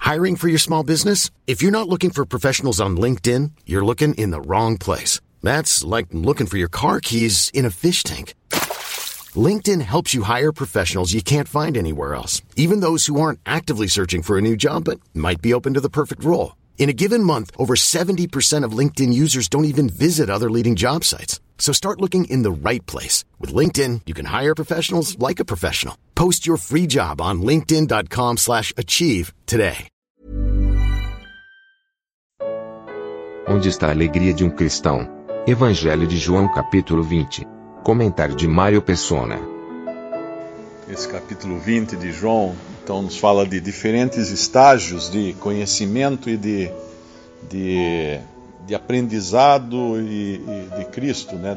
Hiring for your small business? If you're not looking for professionals on LinkedIn, you're looking in the wrong place. That's like looking for your car keys in a fish tank. LinkedIn helps you hire professionals you can't find anywhere else, even those who aren't actively searching for a new job but might be open to the perfect role. In a given month, over 70% of LinkedIn users don't even visit other leading job sites. So start looking in the right place. With LinkedIn, you can hire professionals like a professional. Post your free job on linkedin.com/achieve today. Onde está a alegria de um cristão? Evangelho de João capítulo 20. Comentário de Mário Persona. Esse capítulo 20 de João, então, nos fala de diferentes estágios de conhecimento e de aprendizado e de Cristo, né?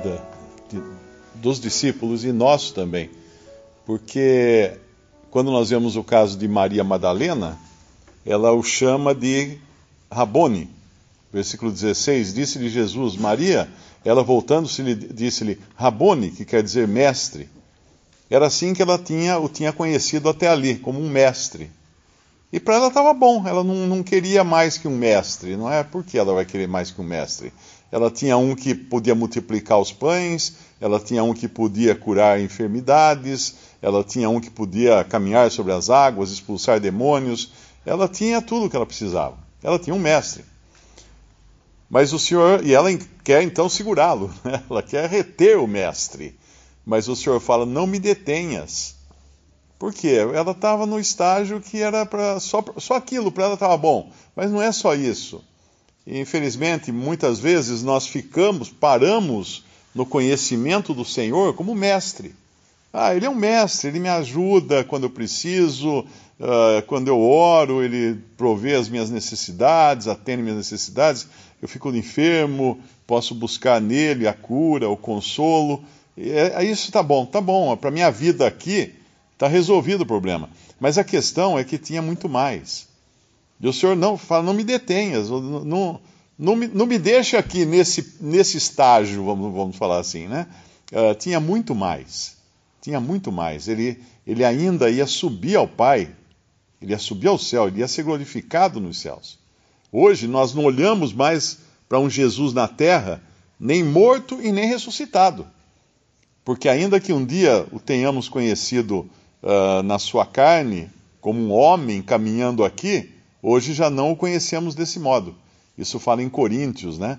Dos discípulos e nosso também. Porque quando nós vemos o caso de Maria Madalena, ela o chama de Rabone. Versículo 16, disse-lhe Jesus, Maria, ela voltando-se disse-lhe, Rabone, que quer dizer mestre. Era assim que ela o tinha conhecido até ali, como um mestre. E para ela estava bom, ela não queria mais que um mestre, não é? Por que ela vai querer mais que um mestre? Ela tinha um que podia multiplicar os pães, ela tinha um que podia curar enfermidades, ela tinha um que podia caminhar sobre as águas, expulsar demônios, ela tinha tudo o que ela precisava, ela tinha um mestre. Mas o Senhor, e ela quer então segurá-lo, né? Ela quer reter o mestre. Mas o Senhor fala, não me detenhas. Por quê? Ela estava no estágio que era só aquilo, para ela estava bom. Mas não é só isso. E, infelizmente, muitas vezes nós paramos no conhecimento do Senhor como mestre. Ele é um mestre, ele me ajuda quando eu preciso, quando eu oro, ele provê as minhas necessidades, atende minhas necessidades. Eu fico enfermo, posso buscar nele a cura, o consolo. Isso está bom. Para a minha vida aqui, está resolvido o problema. Mas a questão é que tinha muito mais. E o Senhor não me detenhas, não me deixe aqui nesse estágio, vamos falar assim, né? Tinha muito mais. Tinha muito mais. Ele ainda ia subir ao Pai, ele ia subir ao céu, ele ia ser glorificado nos céus. Hoje nós não olhamos mais para um Jesus na terra, nem morto e nem ressuscitado. Porque ainda que um dia o tenhamos conhecido na sua carne, como um homem caminhando aqui, hoje já não o conhecemos desse modo. Isso fala em Coríntios, né?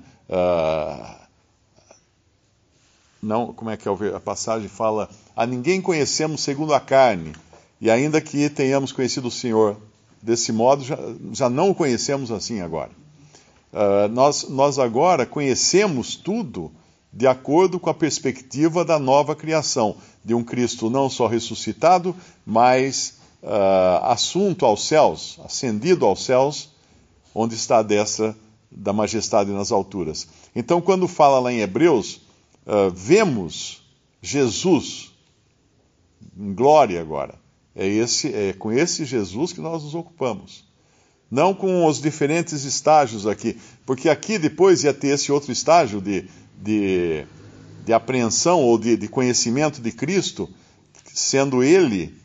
Como é que é a passagem? Fala, a ninguém conhecemos segundo a carne, e ainda que tenhamos conhecido o Senhor desse modo, já não o conhecemos assim agora. Nós agora conhecemos tudo de acordo com a perspectiva da nova criação, de um Cristo não só ressuscitado, mas assunto aos céus, ascendido aos céus, onde está a destra da majestade nas alturas. Então, quando fala lá em Hebreus, vemos Jesus em glória agora. É com esse Jesus que nós nos ocupamos. Não com os diferentes estágios aqui, porque aqui depois ia ter esse outro estágio de apreensão ou de conhecimento de Cristo, sendo Ele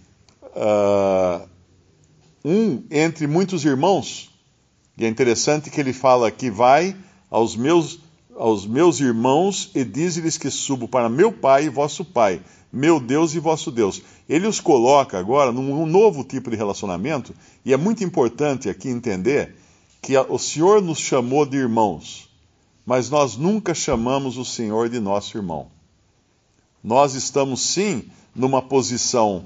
um entre muitos irmãos. E é interessante que ele fala que vai aos meus irmãos e diz-lhes que subo para meu Pai e vosso Pai, meu Deus e vosso Deus. Ele os coloca agora num novo tipo de relacionamento, e é muito importante aqui entender que o Senhor nos chamou de irmãos, mas nós nunca chamamos o Senhor de nosso irmão. Nós estamos sim numa posição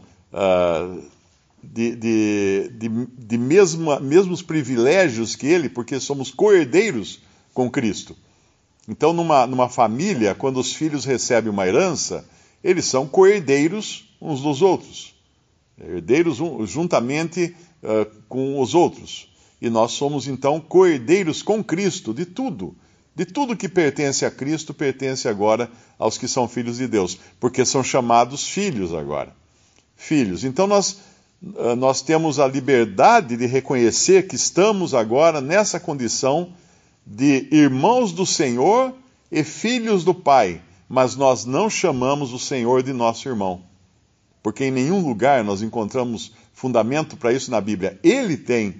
de mesmos privilégios que Ele, porque somos co-herdeiros com Cristo. Então, numa família, quando os filhos recebem uma herança, eles são co-herdeiros uns dos outros, herdeiros juntamente com os outros. E nós somos, então, co-herdeiros com Cristo de tudo. De tudo que pertence a Cristo, pertence agora aos que são filhos de Deus, porque são chamados filhos agora. Filhos. Então, nós temos a liberdade de reconhecer que estamos agora nessa condição de irmãos do Senhor e filhos do Pai, mas nós não chamamos o Senhor de nosso irmão, porque em nenhum lugar nós encontramos fundamento para isso na Bíblia. Ele tem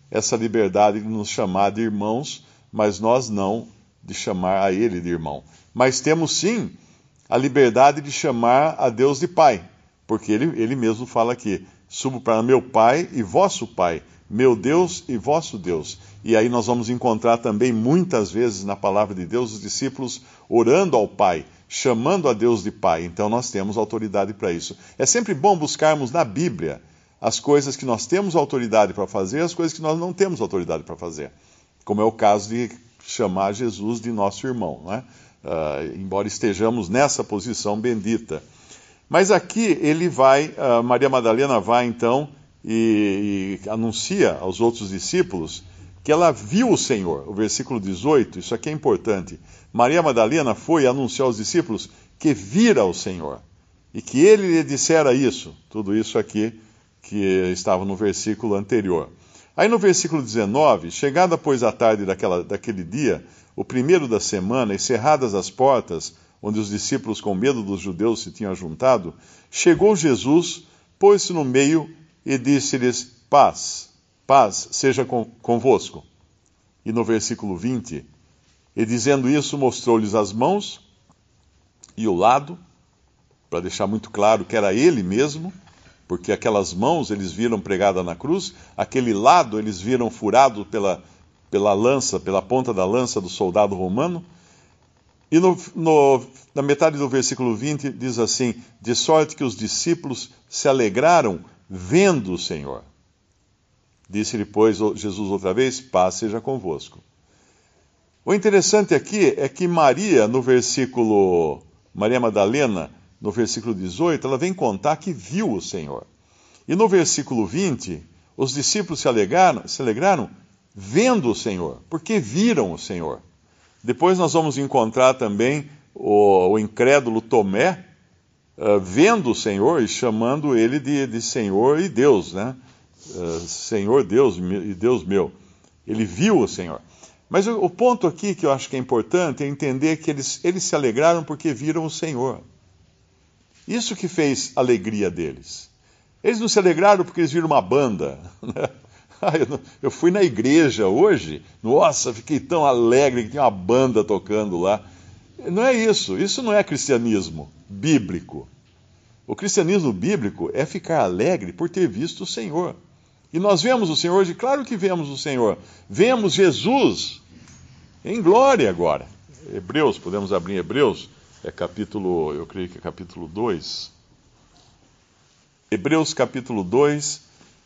essa liberdade de nos chamar de irmãos, mas nós não de chamar a Ele de irmão. Mas temos sim a liberdade de chamar a Deus de Pai, porque Ele mesmo fala aqui: subo para meu Pai e vosso Pai, meu Deus e vosso Deus. E aí nós vamos encontrar também muitas vezes na palavra de Deus os discípulos orando ao Pai, chamando a Deus de Pai. Então nós temos autoridade para isso. É sempre bom buscarmos na Bíblia as coisas que nós temos autoridade para fazer, as coisas que nós não temos autoridade para fazer. Como é o caso de chamar Jesus de nosso irmão, não é? Embora estejamos nessa posição bendita. Mas aqui ele vai, Maria Madalena vai então e anuncia aos outros discípulos que ela viu o Senhor. O versículo 18, isso aqui é importante. Maria Madalena foi e anunciou aos discípulos que vira o Senhor e que ele lhe dissera isso. Tudo isso aqui que estava no versículo anterior. Aí no versículo 19, chegada pois a tarde daquele dia, o primeiro da semana, e cerradas as portas, onde os discípulos com medo dos judeus se tinham ajuntado, chegou Jesus, pôs-se no meio e disse-lhes: paz, paz seja convosco. E no versículo 20, e dizendo isso, mostrou-lhes as mãos e o lado, para deixar muito claro que era ele mesmo, porque aquelas mãos eles viram pregada na cruz, aquele lado eles viram furado pela lança, pela ponta da lança do soldado romano. E na metade do versículo 20 diz assim: de sorte que os discípulos se alegraram vendo o Senhor. Disse-lhe, pois, Jesus outra vez: paz seja convosco. O interessante aqui é que Maria Madalena, no versículo 18, ela vem contar que viu o Senhor. E no versículo 20, os discípulos se alegraram vendo o Senhor, porque viram o Senhor. Depois nós vamos encontrar também o incrédulo Tomé vendo o Senhor e chamando ele de Senhor e Deus, né? Senhor Deus e Deus meu. Ele viu o Senhor. Mas o ponto aqui que eu acho que é importante é entender que eles se alegraram porque viram o Senhor. Isso que fez a alegria deles. Eles não se alegraram porque eles viram uma banda. Eu fui na igreja hoje, nossa, fiquei tão alegre que tinha uma banda tocando lá. Não é isso, isso não é cristianismo bíblico. O cristianismo bíblico é ficar alegre por ter visto o Senhor. E nós vemos o Senhor hoje, claro que vemos o Senhor. Vemos Jesus em glória agora. Hebreus, podemos abrir em Hebreus, eu creio que é capítulo 2. Hebreus capítulo 2,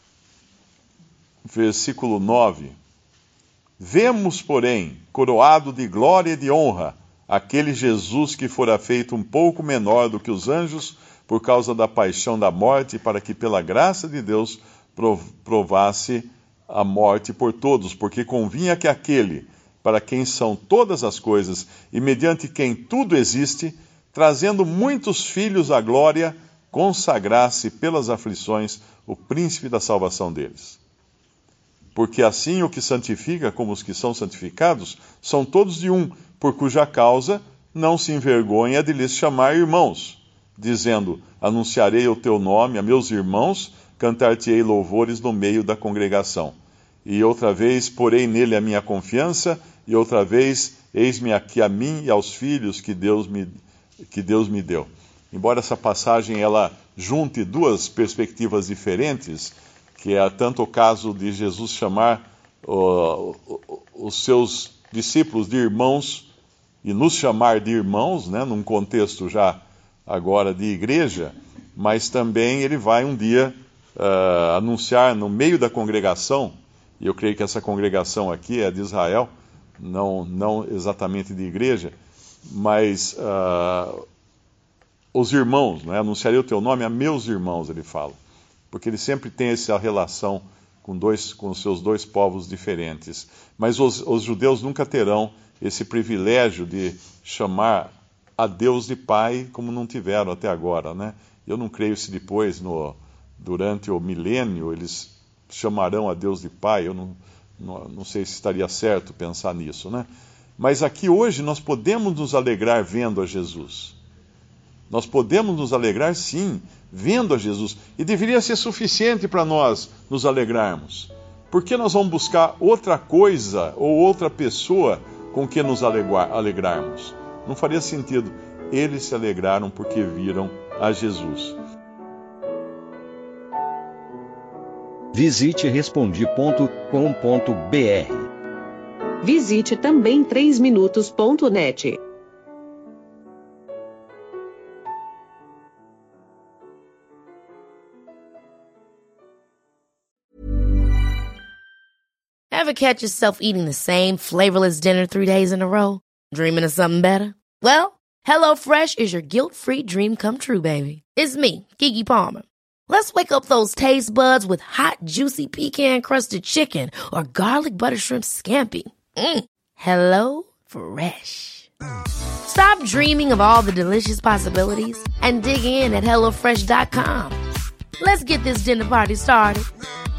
versículo 9. Vemos, porém, coroado de glória e de honra, aquele Jesus que fora feito um pouco menor do que os anjos, por causa da paixão da morte, para que pela graça de Deus provasse a morte por todos, porque convinha que aquele, para quem são todas as coisas, e mediante quem tudo existe, trazendo muitos filhos à glória, consagrasse pelas aflições o príncipe da salvação deles. Porque assim o que santifica como os que são santificados são todos de um, por cuja causa não se envergonha de lhes chamar irmãos, dizendo: anunciarei o teu nome a meus irmãos, cantar-te-ei louvores no meio da congregação. E outra vez porei nele a minha confiança, e outra vez eis-me aqui a mim e aos filhos que Deus me deu. Embora essa passagem ela junte duas perspectivas diferentes, que é tanto o caso de Jesus chamar os seus discípulos de irmãos e nos chamar de irmãos, né, num contexto já agora de igreja, mas também ele vai um dia anunciar no meio da congregação, e eu creio que essa congregação aqui é de Israel, não exatamente de igreja, mas os irmãos, né, anunciarei o teu nome a meus irmãos, ele fala. Porque ele sempre tem essa relação com os seus dois povos diferentes. Mas os judeus nunca terão esse privilégio de chamar a Deus de Pai, como não tiveram até agora, né? Eu não creio se depois, durante o milênio, eles chamarão a Deus de Pai. Eu não sei se estaria certo pensar nisso, né? Mas aqui hoje nós podemos nos alegrar vendo a Jesus. Nós podemos nos alegrar, sim, vendo a Jesus. E deveria ser suficiente para nós nos alegrarmos. Por que nós vamos buscar outra coisa ou outra pessoa com que nos alegrarmos? Não faria sentido. Eles se alegraram porque viram a Jesus. Visite Respondi.com.br. Visite também 3minutos.net. Ever catch yourself eating the same flavorless dinner 3 days in a row? Dreaming of something better? Well, HelloFresh is your guilt-free dream come true, baby. It's me, Keke Palmer. Let's wake up those taste buds with hot, juicy pecan-crusted chicken or garlic butter shrimp scampi. Hello Fresh. Stop dreaming of all the delicious possibilities and dig in at HelloFresh.com. Let's get this dinner party started.